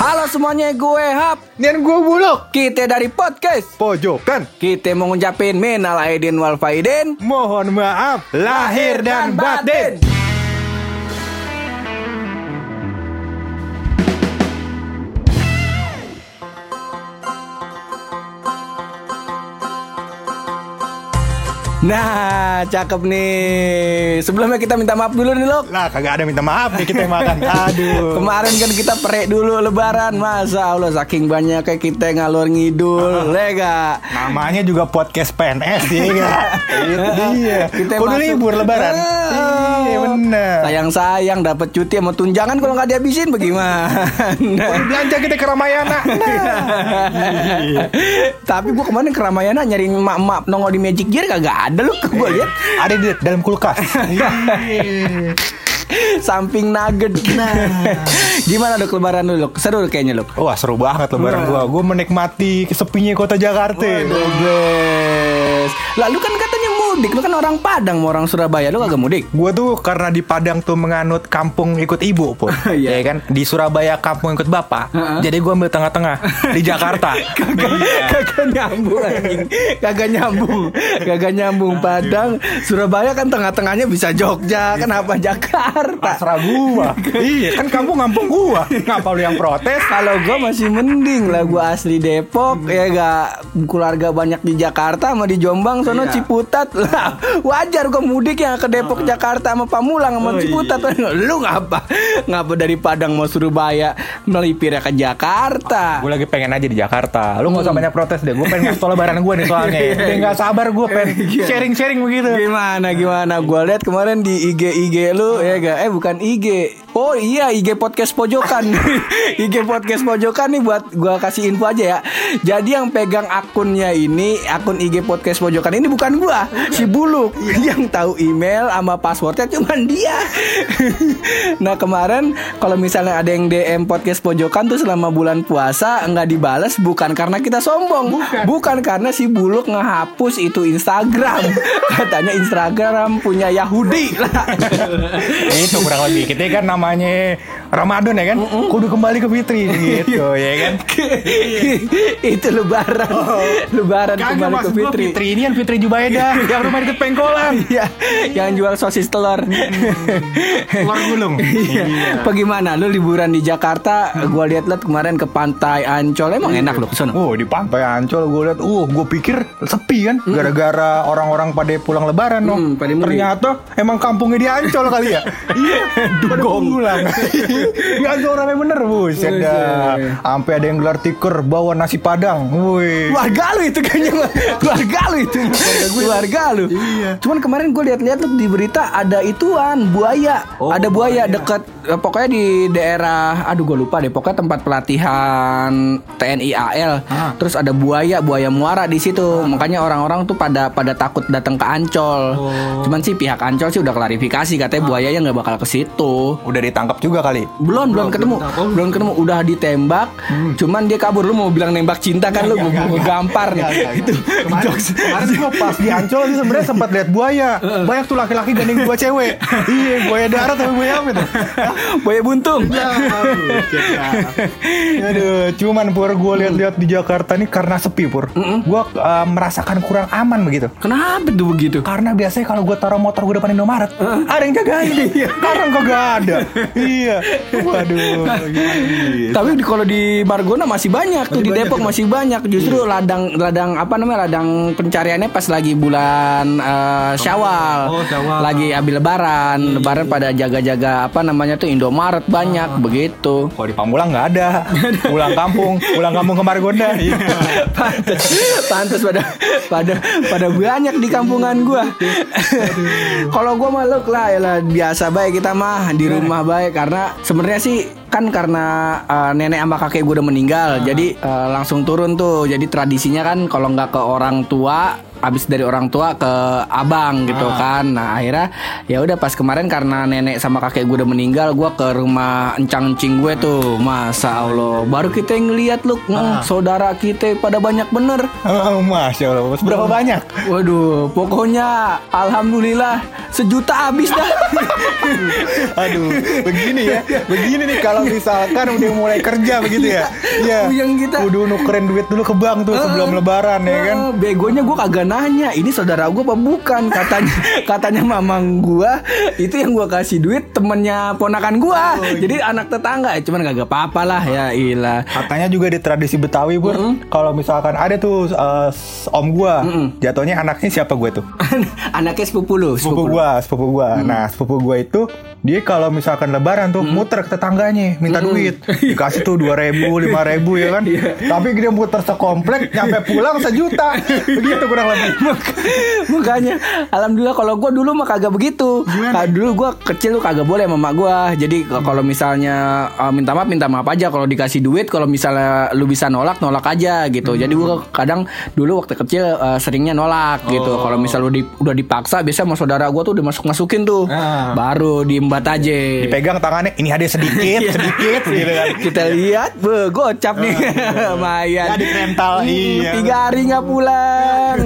Halo semuanya, gue Hap dan gue Bulog. Kita dari podcast Pojokan. Kita mau ngucapin minal aidin wal faidin. Mohon maaf lahir dan batin. Nah, cakep nih. Sebelumnya kita minta maaf dulu nih, Lok. Lah kagak ada minta maaf nih kita yang makan. Aduh. Kemarin kan kita perek dulu lebaran. Masa Allah saking banyak kayak kita ngalor ngidul. Lega. Namanya juga podcast PNS ya enggak? Iya. Kita Kudu masuk- libur lebaran. Iya benar. Sayang-sayang dapat cuti sama tunjangan kalau nggak dihabisin bagaimana? Belanja kita ke Ramayana. Tapi gua kemarin ke Ramayana nyari emak-emak nongol di Magic Gear kagak ada lu, gua lihat Ada di dalam kulkas. samping nugget. Gimana Dok lebaran lu, Dok? Seru kayaknya, Dok. Wah seru banget lebaran gua. Gua menikmati kesepinya kota Jakarta. Bes. Lalu kan katanya mudik, lu kan orang Padang mau orang Surabaya, lu kagak mudik? Gue tuh karena di Padang tuh menganut kampung ikut ibu pun, Iya. ya kan. Di Surabaya kampung ikut bapak. Jadi gue ambil tengah-tengah di Jakarta. Kagak nyambung anjing. Kagak nyambung Padang, Surabaya kan tengah-tengahnya bisa Jogja, kenapa Jakarta? Pasrah gua. Iya kan kampung gua. Ngapa lu yang protes? Kalau gue masih mending lah, gue asli Depok ya gak, keluarga banyak di Jakarta sama di Jombang sono Ciputat lah, wajar gue mudik ya ke Depok Jakarta sama Pamulang sama Ciputat. Lu ngapa dari Padang mau Surabaya melipir ke Jakarta? Gue lagi pengen aja di Jakarta. Lu gak usah banyak protes deh. Gue pengen ngasih tau lebaran gue nih soalnya. Udah gak sabar gue pengen sharing-sharing begitu. Gimana gue lihat kemarin di IG lu ya gak, bukan IG. Oh iya, IG podcast pojokan. IG podcast pojokan nih, buat gua kasih info aja ya. Jadi yang pegang akunnya ini, akun IG podcast pojokan ini bukan gua, si Buluk. Yang tahu email sama passwordnya cuman dia. Nah kemarin kalau misalnya ada yang DM podcast pojokan tuh selama bulan puasa nggak dibales, bukan karena kita sombong, bukan karena si Buluk ngehapus itu Instagram. Katanya Instagram punya Yahudi lah. Itu kurang lebih. Kita kan namanya Ramadan ya kan. Kudu kembali ke fitri gitu ya kan. Itu lebaran. Lebaran kembali ke Fitri. Fitri ini kan Fitri Jubaida yang rumah di Pengkolan. Iya, yang jual sosis telur. Telur gulung. Iya. Bagaimana lu liburan di Jakarta? Gua lihat kemarin ke Pantai Ancol, emang enak lu kesana? Oh di Pantai Ancol gue lihat, gue pikir sepi kan, gara-gara orang-orang pada pulang lebaran dong. pada mudik. Ternyata emang kampungnya di Ancol kali ya. Iya, pada pulang. Di Ancol ramai bener, buset dah. Sampai ada yang gelar tikar bawa nasi Padang. Woi. Keluarga lu itu kayaknya. Keluarga lu. Iya. Cuman kemarin gue lihat tuh di berita ada ituan buaya. Ada buaya deket, pokoknya di daerah, aduh gue lupa deh, pokoknya tempat pelatihan TNI AL. Terus ada buaya muara di situ. Makanya orang-orang tuh pada takut datang ke Ancol. Cuman sih pihak Ancol sih udah klarifikasi, katanya buayanya nggak bakal ke situ. Udah ditangkap juga kali. Belum ketemu. Udah ditembak. Cuman dia kabur. Lu mau bilang nembak cinta kan, lu mau gampar nih. Itu Kemarin gue pas di Ancol sih sebenarnya sempat lihat buaya. Banyak tuh laki-laki gandeng dua cewek. Iya, buaya darat tapi buaya apa itu? buaya buntung. Aduh, cuman Pur, gue lihat-lihat di Jakarta nih karena sepi Pur. Gue merasakan kurang aman begitu. Kenapa tuh begitu? Karena biasanya kalau gue taruh motor gue depan Indomaret, ada yang jagain. Sekarang kagak ada. Iya. Waduh. Tapi kalau di Margona masih banyak tuh, di Depok masih banyak. Justru ladang apa namanya, ladang pencariannya pas lagi bulan Syawal. Lagi habis lebaran pada jaga-jaga apa namanya tuh Indomaret banyak begitu. Kalau di Pamulang nggak ada. Pulang kampung ke Margonda. Pantes pada banyak di kampungan gua. Kalau gua mah lah biasa baik, kita mah di rumah baik, karena sebenarnya sih kan karena nenek sama kakek gue udah meninggal, jadi langsung turun tuh. Jadi tradisinya kan kalau nggak ke orang tua, abis dari orang tua ke abang gitu kan. Nah akhirnya ya udah pas kemarin karena nenek sama kakek gue udah meninggal, gue ke rumah encang-encing gue tuh. Masa Allah, baru kita ngeliat lu saudara kita pada banyak bener. Masya Allah, berapa banyak? Waduh, pokoknya alhamdulillah 1 juta habis dah. Aduh, begini nih kalau misalkan udah mulai kerja begitu ya. Iya. Yang kita udah nukerin duit dulu ke bank tuh sebelum lebaran ya kan. Begonya gue kagak nanya, ini saudara gue apa bukan? Katanya mamang gue itu yang gue kasih duit temennya ponakan gue. Jadi anak tetangga, cuman kagak apa-apa lah ya ilah. Katanya juga di tradisi Betawi Bur, kalau misalkan ada tuh om gue, jatuhnya anaknya siapa gue tuh? Anaknya sepupu lu. Sepupu gue. Nah sepupu gue itu dia kalau misalkan lebaran tuh muter ke tetangganya minta duit, dikasih tuh 2.000, 5.000 ya kan. Tapi dia muter sekomplek nyampe pulang 1 juta. Begitu kurang lebih. Makanya alhamdulillah kalau gue dulu mah kagak begitu. Dulu gue kecil tuh kagak boleh sama mak gue. Jadi kalau misalnya minta maaf aja. Kalau dikasih duit, kalau misalnya lu bisa nolak aja gitu. Jadi gue kadang dulu waktu kecil seringnya nolak gitu. Kalau misalnya udah dipaksa, biasa sama saudara gue tuh udah masukin tuh, baru diembat aja. Dipegang tangannya, ini ada sedikit gitu kan. Kita lihat, gocap nih. Lumayan. Jadi rental 3 hari nggak pulang.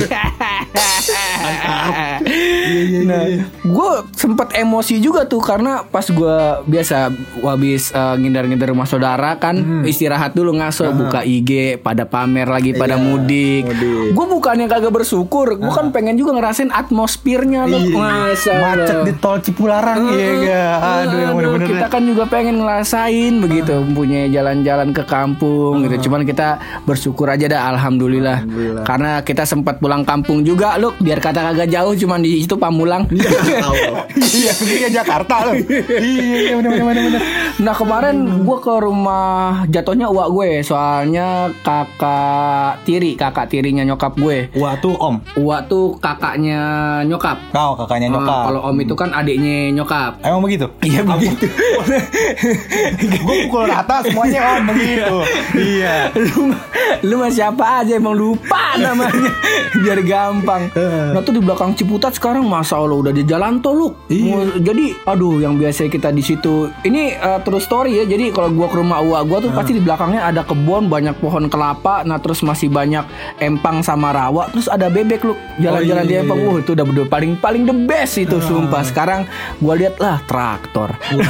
Nah, gue sempet emosi juga tuh karena pas gue biasa habis ngindar-ngindar rumah saudara kan, istirahat dulu ngaso, buka IG, pada pamer lagi, pada mudik. Gue bukannya kagak bersyukur, gue kan pengen juga ngerasain atmosfernya loh. Macet di tol Cipularang aduh yang bener-bener kita kan juga pengen ngerasain begitu, punya jalan-jalan ke kampung gitu. Cuman kita bersyukur aja dah, alhamdulillah. Karena kita sempat pulang kampung juga loh, biar kata kagak jauh, cuman di situ Pamulang. Iya, dia Jakarta loh. Iya, bener. Nah kemarin gue ke rumah jatuhnya uak gue, soalnya kakak tirinya nyokap gue. Uak tuh om. Uak tuh kakaknya nyokap. Kakaknya nyokap. Kalau om itu kan adiknya nyokap. Emang begitu? Iya begitu. Gue pukul rata semuanya om begitu. Iya. Lu mah siapa aja emang lupa namanya. Biar gampang. Nah tuh di belakang Ciputat sekarang masa Allah udah di jalan tol lu. Jadi aduh, yang biasa kita di situ ini true story ya. Jadi kalau gua ke rumah uak gua tuh pasti di belakangnya ada kebun, banyak pohon kelapa. Nah terus masih banyak empang sama rawa. Terus ada bebek lu. Jalan-jalan di empang. Itu udah paling the best itu sumpah. Sekarang gua lihat lah traktor.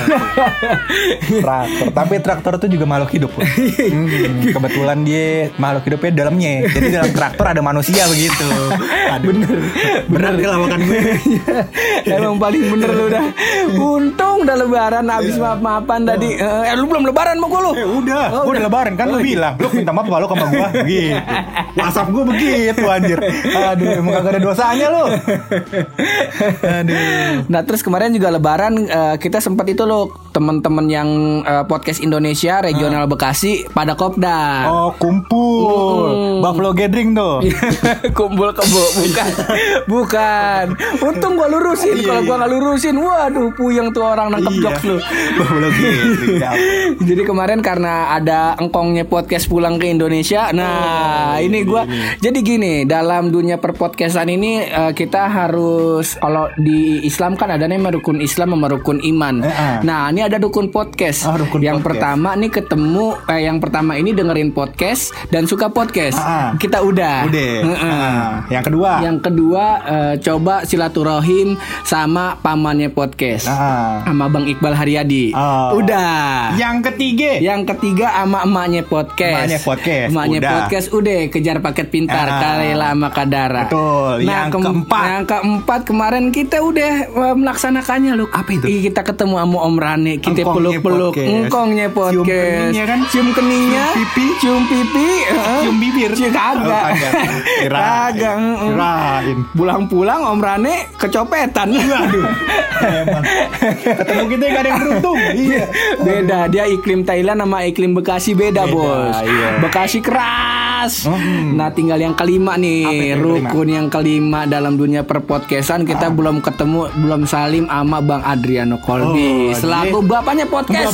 Tapi traktor itu juga makhluk hidup. Kebetulan dia makhluk hidupnya di dalamnya. Jadi dalam traktor ada manusia begitu. Bener dia lawakan gue. Emang paling bener lu dah. Untung udah lebaran abis maaf-maafan tadi. Lu belum lebaran sama gue lu. Udah, gue udah lebaran kan lu bilang. Lu minta maaf kalau sama gue gitu. WhatsApp gue begitu anjir. Aduh, emang gak ada dosanya lu. Aduh. Nah terus kemarin juga lebaran kita sempat itu loh, teman-teman yang podcast Indonesia regional Bekasi pada kopdar. Oh kumpul. Buffalo Gathering tuh. Kumpul kebo. Bukan. Untung gua lurusin. Kalau gua nggak lurusin, waduh puyeng tuh orang nangkep jokes lu. Buffalo Gathering. Jadi kemarin karena ada engkongnya podcast pulang ke Indonesia. Nah ini gua. Jadi gini, dalam dunia perpodcastan ini kita harus, kalau di Islam kan ada namanya rukun Islam sama rukun iman. Nah ini ada rukun podcast. Yang pertama nih ketemu yang pertama ini dengerin podcast dan suka podcast. Kita udah. Yang kedua coba silaturahim sama pamannya podcast, sama Bang Iqbal Haryadi. Udah. Yang ketiga sama emaknya podcast. Emaknya podcast udah kejar paket pintar Kalela sama Kadara. Betul. Nah, yang keempat kemarin kita udah melaksanakannya loh. Apa itu? Kita ketemu sama Om Rane, kita peluk-peluk engkongnya podcast. Cium keningnya, cium pipi, cium bibir. Kagak. Pulang-pulang Om Rane kecopetan. Waduh. Ketemu kita gak ada yang beruntung. Beda, dia iklim Thailand sama iklim Bekasi beda bos. Bekasi keras kelas. Nah, tinggal yang kelima nih, rukun yang kelima dalam dunia perpodcastan. Kita belum ketemu, belum salim sama Bang Adriano Kolbi selaku bapaknya podcast.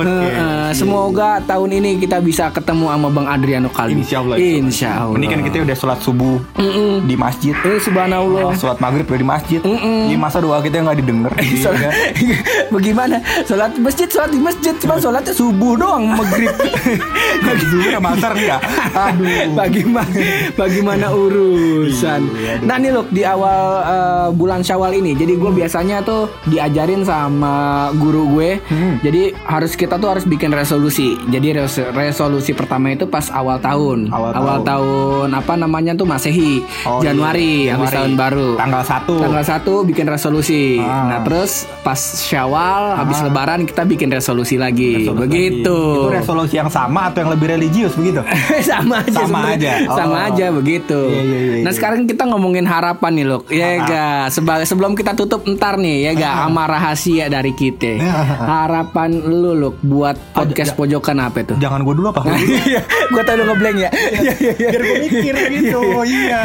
Semoga tahun ini kita bisa ketemu sama Bang Adriano Kolbi. Insya Allah. Ini kan kita udah sholat subuh di masjid. Subhanallah. Sholat maghrib udah di masjid. Ini masa doa kita nggak didengar? Bagaimana? Sholat di masjid, cuma sholatnya subuh doang, maghrib. Subuh masar enggak? Aduh. Bagaimana urusan? Nah nih loh, di awal bulan Syawal ini, jadi gue biasanya tuh diajarin sama guru gue. Jadi kita harus bikin resolusi. Jadi resolusi pertama itu pas awal tahun. Awal tahun apa namanya tuh Masehi. Januari, habis tahun baru. Tanggal 1 bikin resolusi. Nah, terus pas Syawal habis lebaran kita bikin resolusi lagi. Begitu. Itu resolusi yang sama atau yang lebih religius begitu? Sama aja begitu. Iya. Nah, sekarang kita ngomongin harapan nih, Luk. Ya ga, sebelum kita tutup ntar nih ya ga, sama rahasia dari kita. Harapan lu, Luk, buat podcast pojokan apa itu? Jangan gue dulu apa? Gue tadi ngeblank ya. Biar gue mikir gitu. Iya.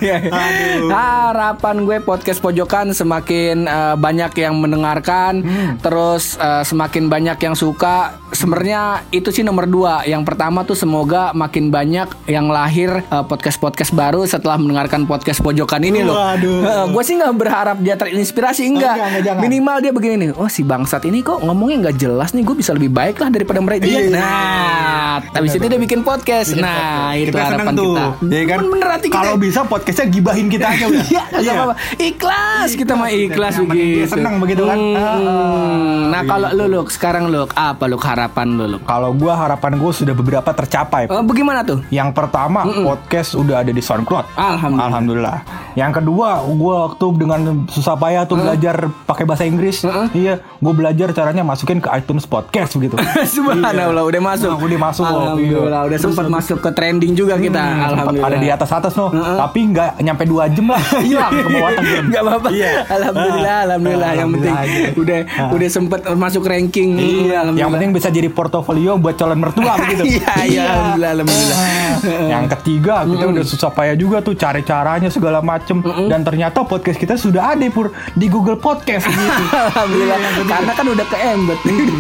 Harapan gue podcast pojokan semakin banyak yang mendengarkan, terus semakin banyak yang suka. Sebenarnya itu sih nomor 2. Yang pertama tuh semoga makin banyak yang lahir podcast baru setelah mendengarkan podcast pojokan ini loh. Gue sih nggak berharap dia terinspirasi, enggak. Minimal dia begini nih, oh si bangsat ini kok ngomongnya nggak jelas nih, gue bisa lebih baik lah daripada mereka. Nah, habis itu dia bikin podcast. Itu kita harapan tuh. kita. Ya kan? Bener hati kita. Kalau bisa podcastnya gibahin kita aja udah. Iya, apa-apa. Ikhlas, kita mah ikhlas begitu. Senang begitu kan. Nah, kalau lu sekarang apa harapan lu? Kalau gue harapan gue sudah beberapa tercapai. Bagaimana tuh? Yang pertama, podcast udah ada di SoundCloud. Alhamdulillah. Yang kedua, gue waktu dengan susah payah tuh belajar pakai bahasa Inggris. Iya, gue belajar caranya masukin ke iTunes podcast begitu. Subhanallah, udah masuk. Udah masuk. Alhamdulillah, udah sempat masuk ke trending juga kita. Alhamdulillah. Ada di atas loh. Tapi nggak nyampe 2 jam lah. Hilang ke bawah tenggelam. Nggak apa-apa. Alhamdulillah. Yang penting udah sempat masuk ranking. Yang penting bisa jadi portofolio buat calon mertua begitu. Iya, alhamdulillah. Yang ketiga, kita udah susah payah juga tuh cari caranya segala macem. Dan ternyata podcast kita sudah ada Pur di Google Podcast gitu. Alhamdulillah. Karena kan udah keembed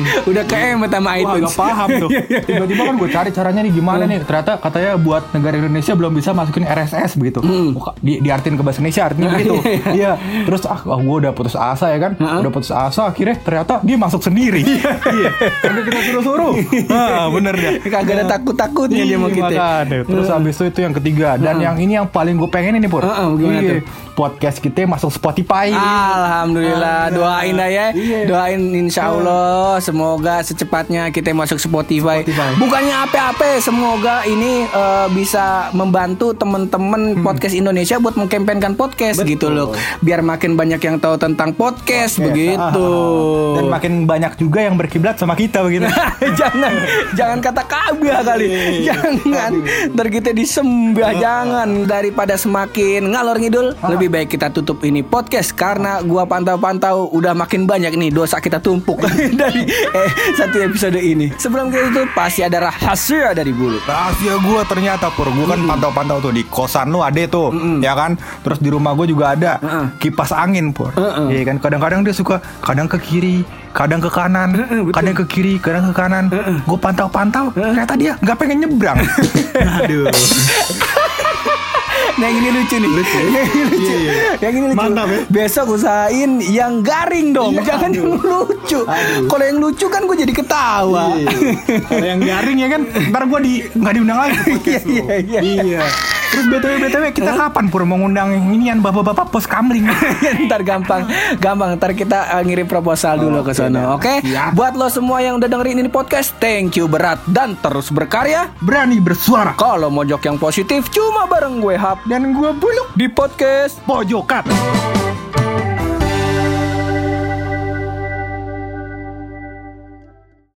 sama iTunes. Gak paham tuh. Tiba-tiba kan gue cari caranya nih gimana nih. Ternyata katanya buat negara Indonesia belum bisa masukin RSS begitu. Diartin ke bahasa Indonesia artinya begitu. Iya. Terus gue udah putus asa ya kan. Udah putus asa, akhirnya ternyata dia masuk sendiri. Iya. Karena kita suruh-suruh. Bener deh. Kagak ada takut-takutnya dia mau kita. Terus habis itu yang ketiga. Dan yang ini yang paling gue pengen ini Pur. Gimana tuh? Podcast kita masuk Spotify. Alhamdulillah. Doain dah ya. Doain insya Allah semoga secepatnya kita masuk Spotify. Bukannya apa-apa, semoga ini bisa membantu teman-teman podcast Indonesia buat mengkampanyekan podcast. Betul. Gitu loh. Biar makin banyak yang tahu tentang podcast. Begitu. Dan makin banyak juga yang berkiblat sama kita begitu. Jangan kata kabah kali. Jangan. Ntar kita disembah. Jangan, daripada semakin ngalor ngidul, lebih baik kita tutup ini podcast. Karena gua pantau-pantau udah makin banyak nih dosa kita tumpuk dari satu episode ini. Sebelum kita tutup pasti ada rahasia dari Bulu. Rahasia gua ternyata Pur, gua kan pantau-pantau tuh di kosan lu ada tuh, ya kan. Terus di rumah gua juga ada kipas angin Pur. Iya kan, kadang-kadang dia suka kadang ke kiri, kadang ke kanan, kadang ke kiri, kadang ke kanan. Gua pantau-pantau, ternyata dia nggak pengen nyebrang. Aduh. Nah yang ini lucu nih. Yang ini lucu. Mantap ya. Besok usahain yang garing dong. Jangan yang lucu. Kalau yang lucu kan gue jadi ketawa. Kalau yang garing ya kan, ntar gue nggak diundang lagi ke podcast lu. Iya. Terus BTW kita kapan Pur mau ngundang inian bapak-bapak pos kamling? Ntar gampang. Ntar kita ngirim proposal dulu ke sono. Oke? Buat lo semua yang udah dengerin ini podcast, thank you berat dan terus berkarya, berani bersuara. Kalau mojok yang positif cuma bareng gue Hap dan gue Buluk di podcast Pojokan.